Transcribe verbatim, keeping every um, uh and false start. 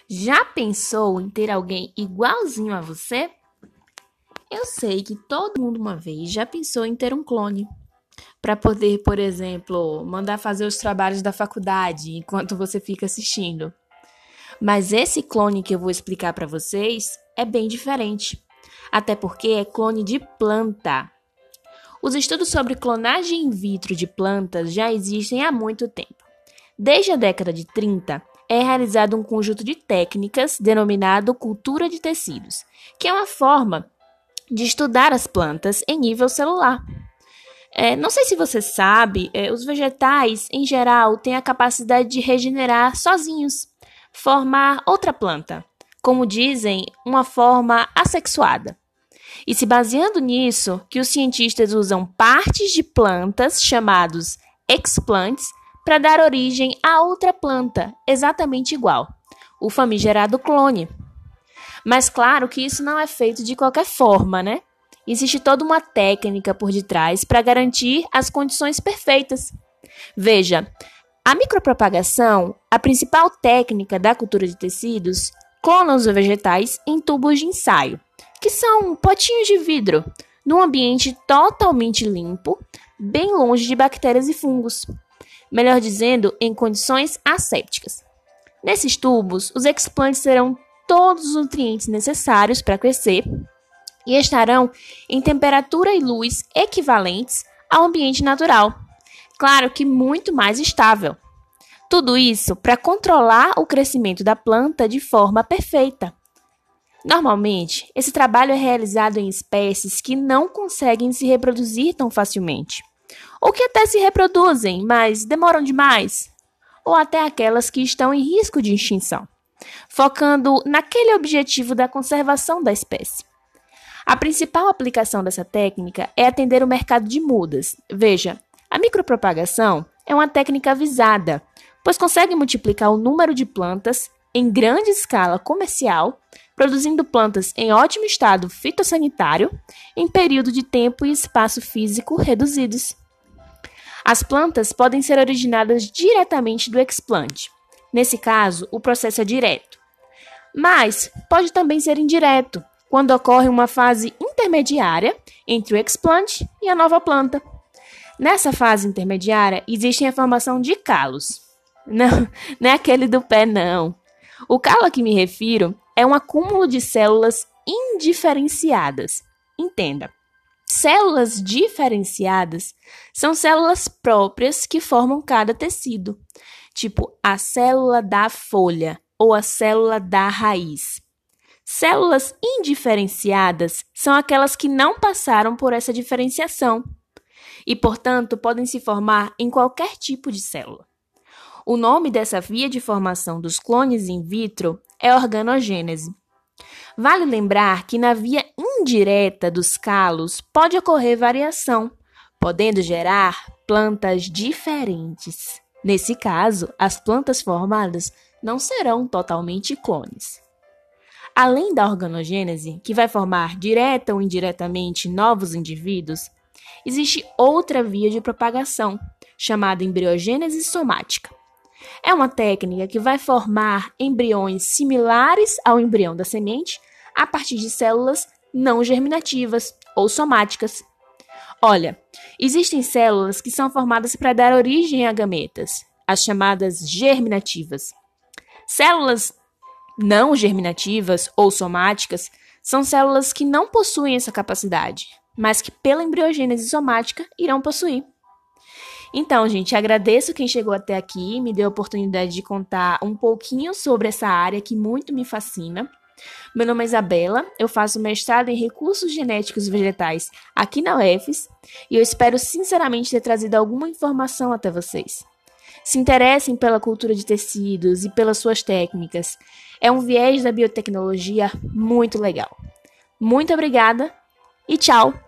Já pensou em ter alguém igualzinho a você? Eu sei que todo mundo uma vez já pensou em ter um clone, para poder, por exemplo, mandar fazer os trabalhos da faculdade enquanto você fica assistindo. Mas esse clone que eu vou explicar para vocês é bem diferente, até porque é clone de planta. Os estudos sobre clonagem in vitro de plantas já existem há muito tempo. Desde a década de trinta, é realizado um conjunto de técnicas denominado cultura de tecidos, que é uma forma de estudar as plantas em nível celular. É, não sei se você sabe, é, os vegetais, em geral, têm a capacidade de regenerar sozinhos, formar outra planta, como dizem, uma forma assexuada. E se baseando nisso, que os cientistas usam partes de plantas chamados explants para dar origem a outra planta exatamente igual, o famigerado clone. Mas claro que isso não é feito de qualquer forma, né? Existe toda uma técnica por detrás para garantir as condições perfeitas. Veja, a micropropagação, a principal técnica da cultura de tecidos, clona os vegetais em tubos de ensaio, que são potinhos de vidro, num ambiente totalmente limpo, bem longe de bactérias e fungos. Melhor dizendo, em condições assépticas. Nesses tubos, os explantes terão todos os nutrientes necessários para crescer e estarão em temperatura e luz equivalentes ao ambiente natural. Claro que muito mais estável. Tudo isso para controlar o crescimento da planta de forma perfeita. Normalmente, esse trabalho é realizado em espécies que não conseguem se reproduzir tão facilmente, ou que até se reproduzem, mas demoram demais, ou até aquelas que estão em risco de extinção, focando naquele objetivo da conservação da espécie. A principal aplicação dessa técnica é atender o mercado de mudas. Veja, a micropropagação é uma técnica visada, pois consegue multiplicar o número de plantas em grande escala comercial, produzindo plantas em ótimo estado fitossanitário em período de tempo e espaço físico reduzidos. As plantas podem ser originadas diretamente do explante. Nesse caso, o processo é direto. Mas pode também ser indireto, quando ocorre uma fase intermediária entre o explante e a nova planta. Nessa fase intermediária, existe a formação de calos. Não, não é aquele do pé, não. O calo a que me refiro é um acúmulo de células indiferenciadas. Entenda. Células diferenciadas são células próprias que formam cada tecido, tipo a célula da folha ou a célula da raiz. Células indiferenciadas são aquelas que não passaram por essa diferenciação e, portanto, podem se formar em qualquer tipo de célula. O nome dessa via de formação dos clones in vitro é organogênese. Vale lembrar que na via indireta dos calos pode ocorrer variação, podendo gerar plantas diferentes. Nesse caso, as plantas formadas não serão totalmente clones. Além da organogênese, que vai formar direta ou indiretamente novos indivíduos, existe outra via de propagação, chamada embriogênese somática. É uma técnica que vai formar embriões similares ao embrião da semente a partir de células não germinativas ou somáticas. Olha, existem células que são formadas para dar origem a gametas, as chamadas germinativas. Células não germinativas ou somáticas são células que não possuem essa capacidade, mas que pela embriogênese somática irão possuir. Então, gente, agradeço quem chegou até aqui, me deu a oportunidade de contar um pouquinho sobre essa área que muito me fascina. Meu nome é Isabela, eu faço mestrado em Recursos Genéticos Vegetais aqui na U F S e eu espero sinceramente ter trazido alguma informação até vocês. Se interessem pela cultura de tecidos e pelas suas técnicas. É um viés da biotecnologia muito legal. Muito obrigada e tchau!